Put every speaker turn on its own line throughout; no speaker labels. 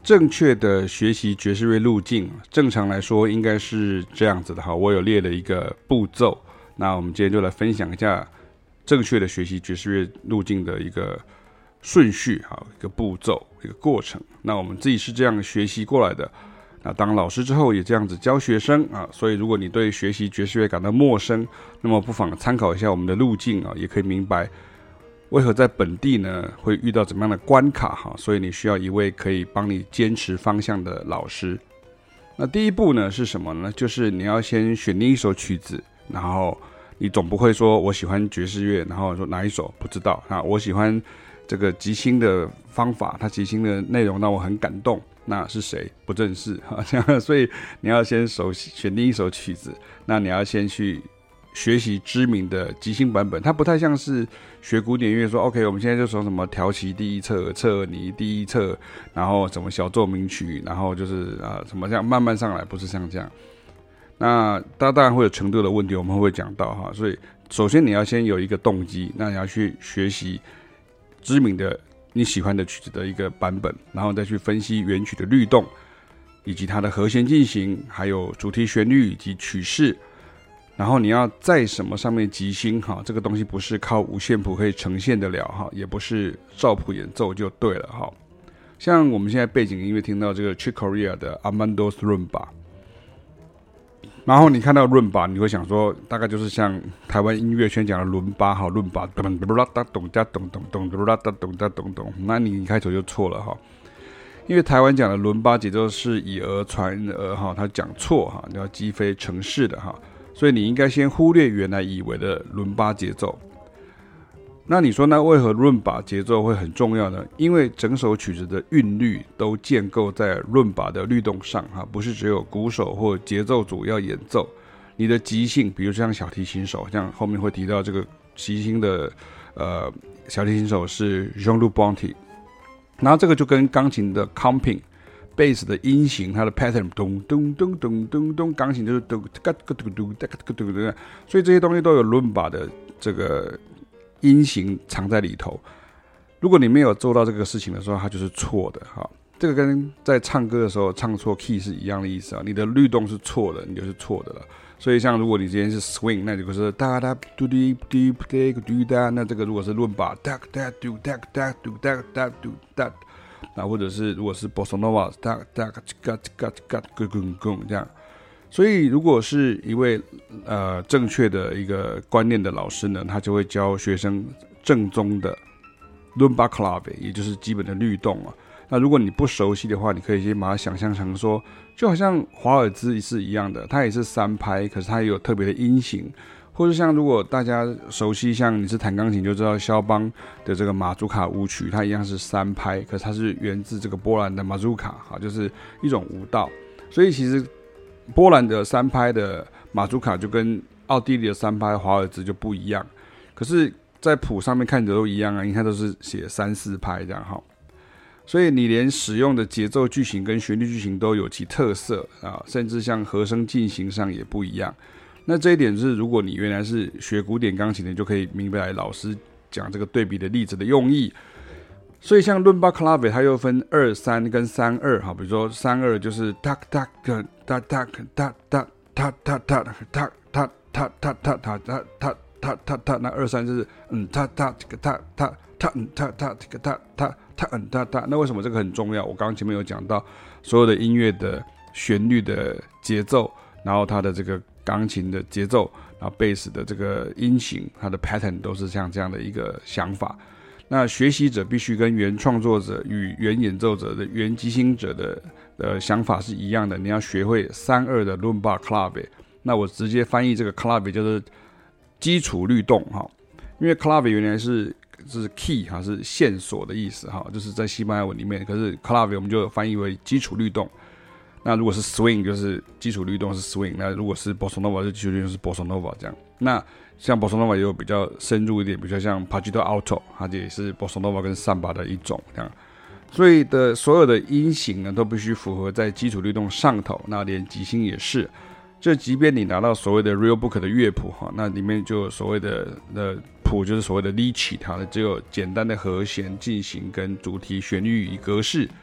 正确的学习爵士乐路径，正常来说应该是这样子的哈。我有列了一个步骤，那我们今天就来分享一下正确的学习爵士乐路径的一个顺序哈，一个步骤，一个过程。那我们自己是这样学习过来的，那当老师之后也这样子教学生啊。所以如果你对学习爵士乐感到陌生，那么不妨参考一下我们的路径啊，也可以明白为何在本地呢会遇到怎么样的关卡哈？所以你需要一位可以帮你坚持方向的老师。那第一步呢是什么呢？就是你要先选定一首曲子，然后你总不会说我喜欢爵士乐，然后说哪一首不知道啊？我喜欢这个即兴的方法，它即兴的内容让我很感动，那是谁？不正是哈？所以你要先选定一首曲子，那你要先去学习知名的即兴版本，它不太像是学古典音乐说 OK 我们现在就从什么调奇第一册、彻尔尼第一册，然后什么小奏鸣曲，然后就是什么这样慢慢上来，不是像这样。那它当然会有程度的问题，我们会讲到哈。所以首先你要先有一个动机，那你要去学习知名的你喜欢的曲子的一个版本，然后再去分析原曲的律动，以及它的和弦进行，还有主题旋律以及曲式。然后你要在什么上面即兴哈，这个东西不是靠五线谱可以呈现得了哈，也不是照谱演奏就对了哈。像我们现在背景音乐听到这个 Chick Corea 的 Armando's Rumba， 然后你看到伦巴，你会想说大概就是像台湾音乐圈讲的伦巴哈，伦巴咚咚哒咚哒咚咚咚咚哒咚哒咚咚，那你一开头就错了哈。因为台湾讲的伦巴节奏是以讹传讹哈，他讲错哈，你要击飞城市的哈。所以你应该先忽略原来以为的伦巴节奏。那你说那为何伦巴节奏会很重要呢？因为整首曲子的韵律都建构在伦巴的律动上哈，不是只有鼓手或节奏组要演奏。你的即兴，比如像小提琴手，像后面会提到这个即兴的小提琴手是 Jean-Luc Ponty， 然后这个就跟钢琴的 comping。贝斯的音型，它的 pattern 咚咚咚咚咚咚，钢琴就是咚嘎嘎咚咚嘎嘎咚咚，所以这些东西都有伦巴的这个音型藏在里头。如果你没有做到这个事情的时候，它就是错的哈。这个跟在唱歌的时候唱错 key 是一样的意思啊。你的律动是错的，你就是错的了。所以像如果你今天是 swing， 那就是哒哒嘟滴滴滴嘟哒，那这个如果是伦巴哒哒嘟哒哒嘟哒哒嘟哒。那或者是如果是 Bossa Nova， 哒哒嘎嘎嘎咕这样，所以如果是一位正确的一个观念的老师呢，他就会教学生正宗的 Rumba Clave， 也就是基本的律动啊。那如果你不熟悉的话，你可以先把它想象成说，就好像华尔兹是一样的，它也是3拍，可是它也有特别的音型。或者像如果大家熟悉，像你是弹钢琴就知道肖邦的这个马祖卡舞曲，它一样是3拍，可是它是源自这个波兰的马祖卡，就是一种舞蹈。所以其实波兰的3拍的马祖卡就跟奥地利的3拍华尔兹就不一样，可是在谱上面看着都一样啊，你看都是写3、4拍这样哈。所以你连使用的节奏句型跟旋律句型都有其特色啊，甚至像和声进行上也不一样。那这一点是，如果你原来是学古典钢琴的，你就可以明白老师讲这个对比的例子的用意。所以像伦巴 clave 它又分2-3跟3-2，好，比如说3-2就是哒哒哒哒哒哒哒哒哒哒哒哒哒哒哒哒哒哒哒，那2-3就是哒哒这个哒哒哒哒哒这个哒哒哒哒哒。那为什么这个很重要？我刚刚前面有讲到，所有的音乐的旋律的节奏，然后它的这个钢琴的节奏，然后贝斯的这个音型，它的 pattern 都是像这样的一个想法。那学习者必须跟原创作者与原演奏者的原即兴者的想法是一样的。你要学会3-2的 Rumba Clave。那我直接翻译这个 Clave 就是基础律动哈，因为 Clave 原来是 key 哈，是线索的意思哈，就是在西班牙文里面。可是 Clave 我们就翻译为基础律动。那如果是 swing 就是基础律动是 swing， 那如果是 Bossa Nova 就基础律动是 Bossa Nova 这样。那像 Bossa Nova 也有比较深入一点，比较像 Pagito Alto， 它也是 Bossa Nova 跟 Samba 的一种这样。所以的所有的音型呢，都必须符合在基础律动上头。那连即兴也是，就即便你拿到所谓的 Real Book 的乐谱哈，那里面就有所谓的谱，就是所谓的 Lichit， 它只有简单的和弦进行跟主题旋律与格式。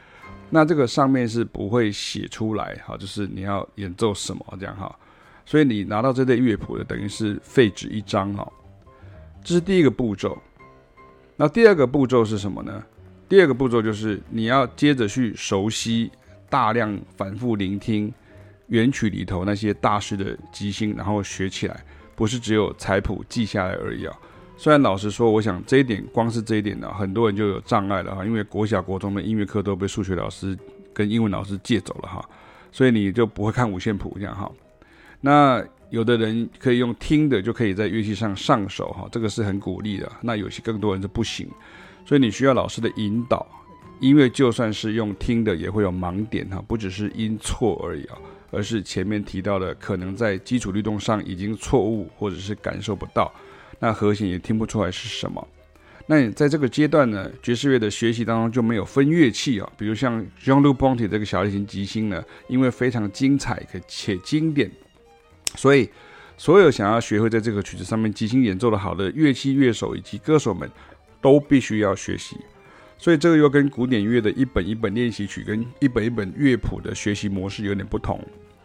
那这个上面是不会写出来，就是你要演奏什么这样，所以你拿到这类乐谱的等于是废纸一张，这是第一个步骤。那第二个步骤是什么呢？第二个步骤就是你要接着去熟悉，大量反复聆听原曲里头那些大师的即兴，然后学起来，不是只有采谱记下来而已。虽然老实说，我想这一点，光是这一点呢，很多人就有障碍了，因为国小国中的音乐课都被数学老师跟英文老师借走了，所以你就不会看五线谱这样。那有的人可以用听的就可以在乐器上上手，这个是很鼓励的。那有些更多人是不行，所以你需要老师的引导。音乐就算是用听的也会有盲点，不只是音错而已，而是前面提到的可能在基础律动上已经错误，或者是感受不到，那和弦也听不出来是什么。那你在这个阶段呢，爵士乐的学习当中就没有分乐器，比如像 Jean-Luc Ponty 这个小提琴即兴呢，因为非常精彩且经典，所以所有想要学会在这个曲子上面即兴演奏的好的乐器乐手以及歌手们都必须要学习。所以这个又跟古典乐的一本一本练习曲跟一本一本乐谱的学习模式有点不同。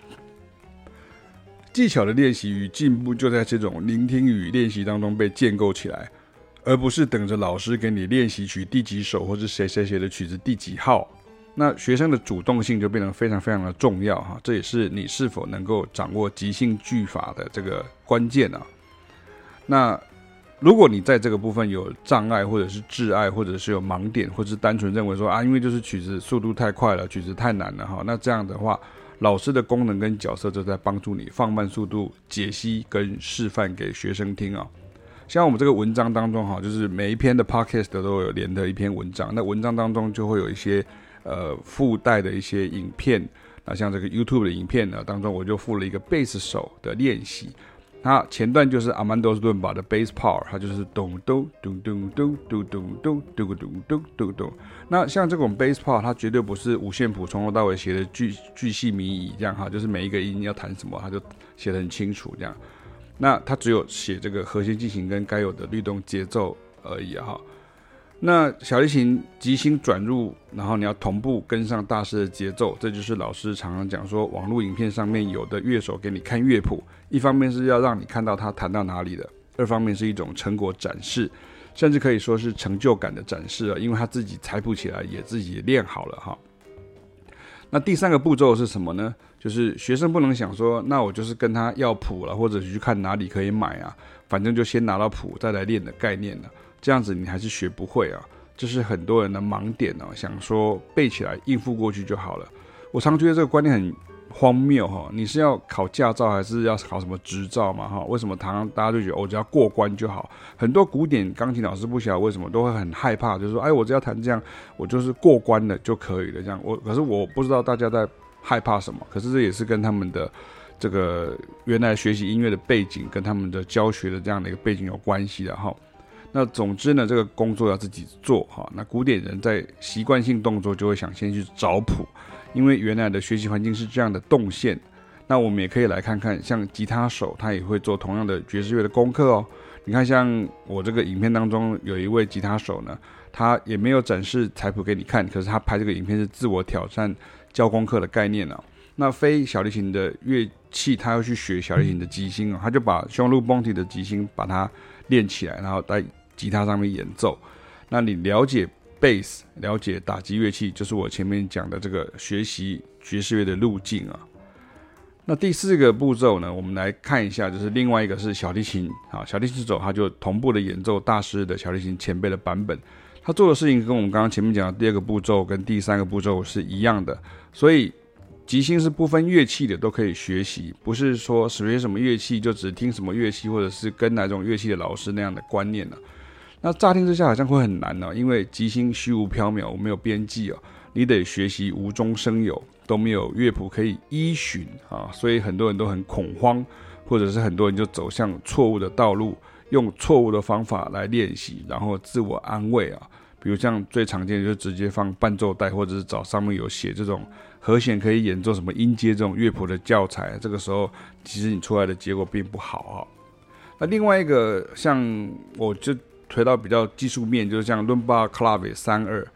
技巧的练习与进步就在这种聆听与练习当中被建构起来，而不是等着老师给你练习曲第几首或是谁谁谁的曲子第几号。那学生的主动性就变得非常非常的重要，这也是你是否能够掌握即兴句法的这个关键。那如果你在这个部分有障碍，或者是挚爱，或者是有盲点，或者是单纯认为说因为就是曲子速度太快了，曲子太难了，那这样的话，老师的功能跟角色就在帮助你放慢速度，解析跟示范给学生听。像我们这个文章当中，就是每一篇的 podcast 都有连的一篇文章，那文章当中就会有一些附带的一些影片，那像这个 YouTube 的影片呢当中，我就附了一个贝斯手的练习。它前段就是阿曼多斯顿巴的 bass part， 它就是咚咚咚咚咚咚咚咚咚咚咚咚咚。那像这种 bass part， 它绝对不是五线谱从头到尾写的巨细靡遗这样，就是每一个音要弹什么，它就写得很清楚这样。那它只有写这个和弦进行跟该有的律动节奏而已。那小提琴即兴转入，然后你要同步跟上大师的节奏，这就是老师常常讲说，网络影片上面有的乐手给你看乐谱，一方面是要让你看到他弹到哪里的，二方面是一种成果展示，甚至可以说是成就感的展示，因为他自己采谱起来也自己练好了。那第三个步骤是什么呢？就是学生不能想说，那我就是跟他要谱了，或者去看哪里可以买反正就先拿到谱再来练的概念了。这样子你还是学不会这是很多人的盲点想说背起来应付过去就好了。我常觉得这个观念很荒谬你是要考驾照还是要考什么执照嘛为什么常常大家就觉得我只要过关就好？很多古典钢琴老师不晓得为什么都会很害怕，就是说我只要弹这样，我就是过关了就可以了这样。可是我不知道大家在害怕什么，可是这也是跟他们的这个原来学习音乐的背景跟他们的教学的这样的一个背景有关系的那总之呢，这个工作要自己做那古典人在习惯性动作就会想先去找谱，因为原来的学习环境是这样的动线。那我们也可以来看看，像吉他手他也会做同样的爵士乐的功课你看，像我这个影片当中有一位吉他手呢，他也没有展示采谱给你看，可是他拍这个影片是自我挑战教功课的概念那非小提琴的乐器，他要去学小提琴的即兴他就把 Jean-Luc Ponty 的即兴把它练起来，然后在吉他上面演奏。那你了解贝斯，了解打击乐器，就是我前面讲的这个学习爵士乐的路径那第四个步骤呢，我们来看一下，就是另外一个是小提琴小提琴手他就同步的演奏大师的小提琴前辈的版本。他做的事情跟我们刚刚前面讲的第二个步骤跟第三个步骤是一样的，所以即兴是不分乐器的都可以学习，不是说学什么乐器就只听什么乐器，或者是跟哪种乐器的老师那样的观念那乍听之下好像会很难因为即兴虚无缥缈，没有边际你得学习无中生有，都没有乐谱可以依循所以很多人都很恐慌，或者是很多人就走向错误的道路，用错误的方法来练习，然后自我安慰比如像最常见的就直接放伴奏带，或者是找上面有写这种和弦可以演奏什么音阶这种乐谱的教材，这个时候其实你出来的结果并不好那另外一个像我就推到比较技术面，就是像伦巴 clave 32，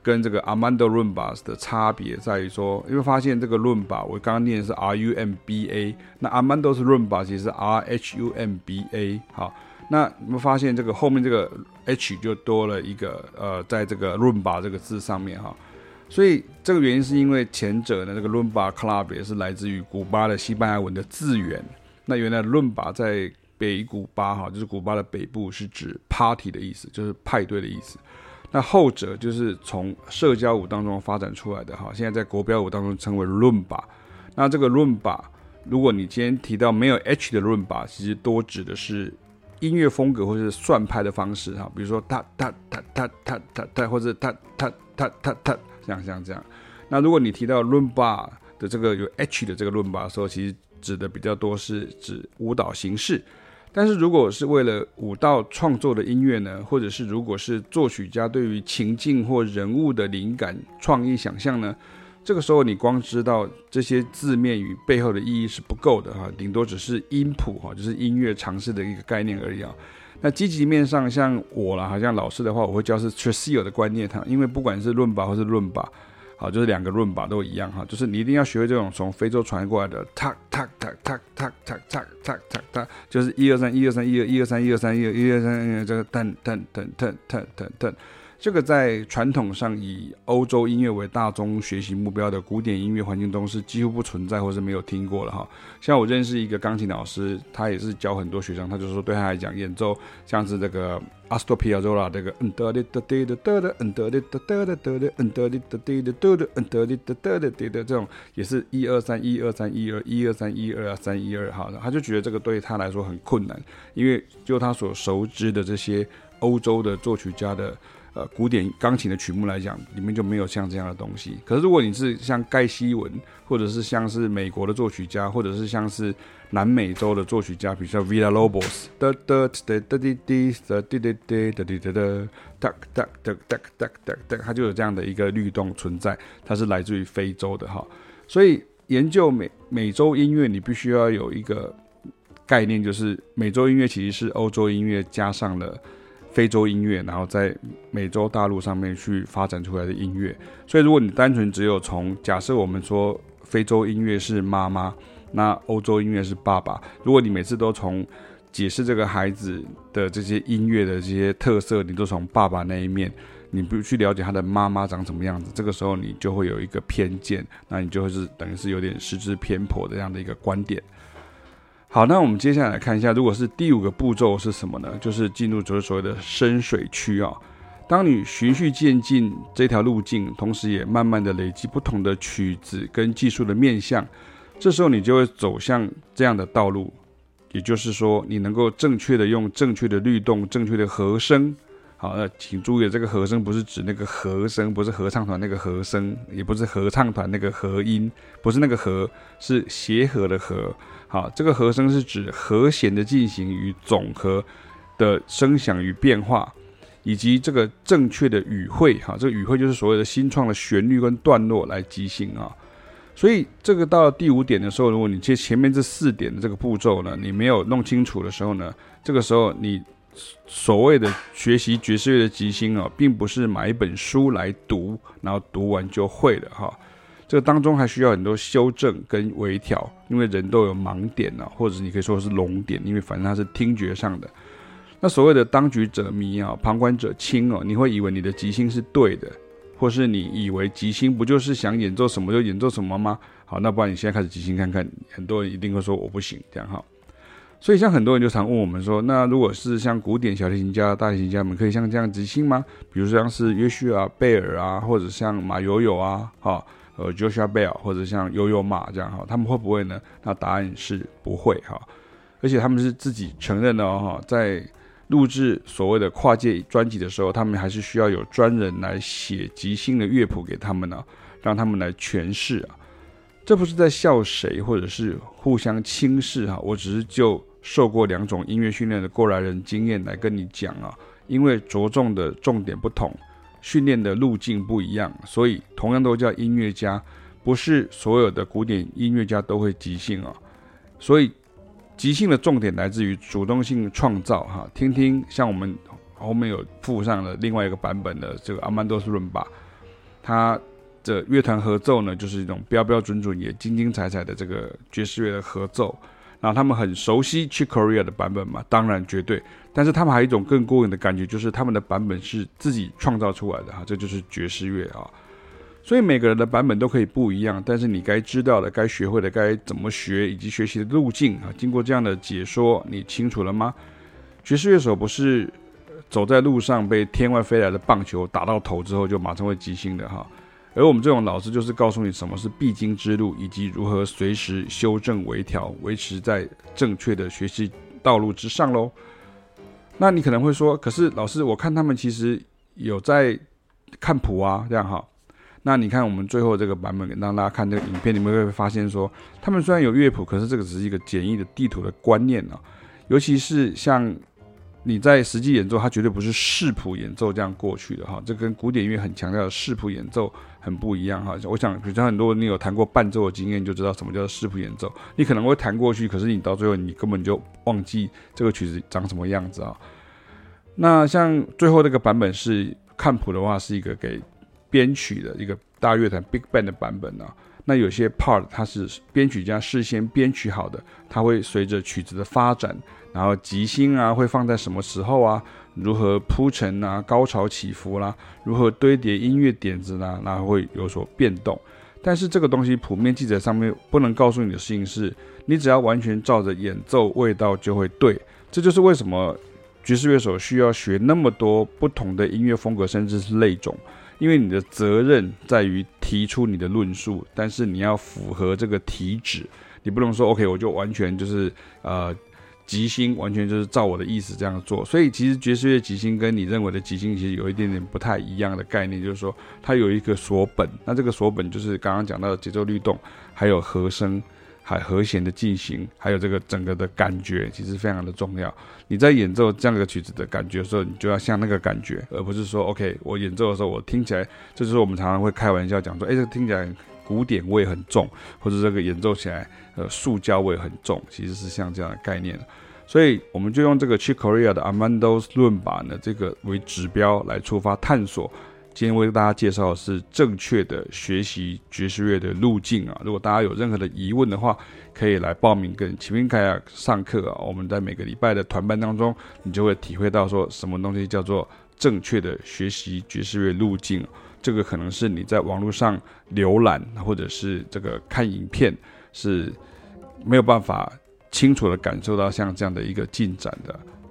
跟这个 Armando Rumba 的差别在于说，因为发现这个 Rumba 我刚刚念的是 RUMBA， 那 Armando 是 Rumba 其实是 RHUMBA。 好，那你们发现这个后面这个 H 就多了一个在这个 Rumba 这个字上面哈。所以这个原因是因为前者呢，这个 Rumba Club 也是来自于古巴的西班牙文的字源。那原来 Rumba 在北古巴哈，就是古巴的北部，是指 party 的意思，就是派对的意思。那后者就是从社交舞当中发展出来的哈，现在在国标舞当中称为 Rumba。那这个 Rumba， 如果你今天提到没有 H 的 Rumba， 其实多指的是音乐风格或是算拍的方式哈，比如说哒哒哒哒哒哒哒，或者哒哒哒哒哒。像这样，那如果你提到 Rumba 的这个有 H 的这个 Rumba 的时候，其实指的比较多是指舞蹈形式。但是如果是为了舞蹈创作的音乐呢，或者是如果是作曲家对于情境或人物的灵感、创意想象呢，这个时候你光知道这些字面与背后的意义是不够的哈，顶多只是音谱哈，就是音乐常识的一个概念而已啊。那积极面上，像我啦，好像老师的话，我会教是 Tresillo 的观念哈，因为不管是Rumba或是Rumba，好，就是两个Rumba都一样哈，就是你一定要学会这种从非洲传过来的 tak tak tak tak tak tak tak tak tak tak， 就是123123123123123这个噔噔噔噔噔噔噔。这个在传统上以欧洲音乐为大宗学习目标的古典音乐环境中是几乎不存在或是没有听过了哈。像我认识一个钢琴老师，他也是教很多学生，他就说对他来讲演奏像是这个 Astor Piazzolla 这个这种也是12312312312哈，他就觉得这个对他来说很困难，因为就他所熟知的这些欧洲的作曲家的古典钢琴的曲目来讲，里面就没有像这样的东西。可是如果你是像盖希文，或者是像是美国的作曲家，或者是像是南美洲的作曲家，比如说 Villalobos， 它就有这样的一个律动存在，它是来自于非洲的哈。所以研究美洲音乐，你必须要有一个概念，就是美洲音乐其实是欧洲音乐加上了非洲音乐，然后在美洲大陆上面去发展出来的音乐。所以如果你单纯只有从假设我们说非洲音乐是妈妈，那欧洲音乐是爸爸，如果你每次都从解释这个孩子的这些音乐的这些特色，你都从爸爸那一面，你不去了解他的妈妈长什么样子，这个时候你就会有一个偏见，那你就会是等于是有点失之偏颇的这样的一个观点。好，那我们接下来看一下，如果是第5个步骤是什么呢？就是进入就是所谓的深水区啊。当你循序渐进这条路径，同时也慢慢的累积不同的曲子跟技术的面向，这时候你就会走向这样的道路，也就是说，你能够正确的用正确的律动、正确的和声。好，那请注意，这个和声不是指那个和声，不是合唱团那个和声，也不是合唱团那个和音，不是那个和，是协和的和。好，这个和声是指和弦的进行与总和的声响与变化，以及这个正确的语汇。好，这个语汇就是所谓的新创的旋律跟段落来即兴啊。所以这个到了第5点的时候，如果你前面这4点的这个步骤呢，你没有弄清楚的时候呢，这个时候你所谓的学习爵士乐的即兴啊，并不是买一本书来读，然后读完就会了哈。这个当中还需要很多修正跟微调，因为人都有盲点啊，或者你可以说是聋点，因为反正它是听觉上的。那所谓的当局者迷啊，旁观者清哦，你会以为你的即兴是对的，或是你以为即兴不就是想演奏什么就演奏什么吗？好，那不然你现在开始即兴看看，很多人一定会说我不行这样哈。所以像很多人就常问我们说，那如果是像古典小提琴家、大提琴家们，可以像这样即兴吗？比如说像是约书亚·贝尔啊，或者像马友友啊，Joshua Bell 或者像悠悠马这样哈，他们会不会呢？那答案是不会哈，而且他们是自己承认的哦，在录制所谓的跨界专辑的时候，他们还是需要有专人来写即兴的乐谱给他们呢，让他们来诠释啊。这不是在笑谁，或者是互相轻视哈，我只是就受过2种音乐训练的过来人经验来跟你讲啊，因为着重的重点不同。训练的路径不一样，所以同样都叫音乐家，不是所有的古典音乐家都会即兴啊。所以即兴的重点来自于主动性创造哈。听听像我们后面有附上了另外一个版本的这个 Armando Rumba， 它的乐团合奏呢，就是一种标标准准也精精彩彩的这个爵士乐的合奏。然后他们很熟悉 Chick Corea 的版本嘛，当然绝对。但是他们还有一种更过瘾的感觉，就是他们的版本是自己创造出来的哈，这就是爵士乐啊。所以每个人的版本都可以不一样，但是你该知道的、该学会的、该怎么学以及学习的路径啊，经过这样的解说，你清楚了吗？爵士乐手不是走在路上被天外飞来的棒球打到头之后就马上会即兴的哈。而我们这种老师就是告诉你什么是必经之路，以及如何随时修正微调，维持在正确的学习道路之上咯。那你可能会说，可是老师，我看他们其实有在看谱啊，这样哈。那你看我们最后这个版本让大家看这个影片，你们会发现说，他们虽然有乐谱，可是这个只是一个简易的地图的观念啊。尤其是像你在实际演奏，它绝对不是视谱演奏这样过去的哈，这跟古典音乐很强调的视谱演奏很不一样哈。我想，比如说很多你有弹过伴奏的经验，你就知道什么叫做视谱演奏。你可能会弹过去，可是你到最后你根本就忘记这个曲子长什么样子啊。那像最后这个版本是看谱的话，是一个给编曲的一个大乐团 Big Band 的版本啊。那有些 part 它是编曲家事先编曲好的，它会随着曲子的发展，然后即兴啊会放在什么时候啊，如何铺陈啊，高潮起伏啦，如何堆叠音乐点子啦，然后会有所变动。但是这个东西谱面记载上面不能告诉你的事情是，你只要完全照着演奏味道就会对。这就是为什么爵士乐手需要学那么多不同的音乐风格，甚至是类种。因为你的责任在于提出你的论述，但是你要符合这个体旨，你不能说 OK 我就完全就是即兴，完全就是照我的意思这样做。所以其实爵士乐即兴跟你认为的即兴其实有一点点不太一样的概念，就是说它有一个锁本，那这个锁本就是刚刚讲到的节奏律动，还有和声，还和弦的进行，还有这个整个的感觉，其实非常的重要。你在演奏这样的曲子的感觉的时候，你就要像那个感觉，而不是说 OK 我演奏的时候我听起来，这就是我们常常会开玩笑讲说，这个听起来古典味很重，或者这个演奏起来塑胶味很重，其实是像这样的概念。所以我们就用这个 Chick Corea 的 Armando's 论把呢，这个为指标来出发探索。今天为大家介绍的是正确的学习爵士乐的路径啊！如果大家有任何的疑问的话，可以来报名跟启明凯亚上课啊！我们在每个礼拜的团班当中，你就会体会到说什么东西叫做正确的学习爵士乐路径。这个可能是你在网络上浏览或者是这个看影片是没有办法清楚的感受到像这样的一个进展的。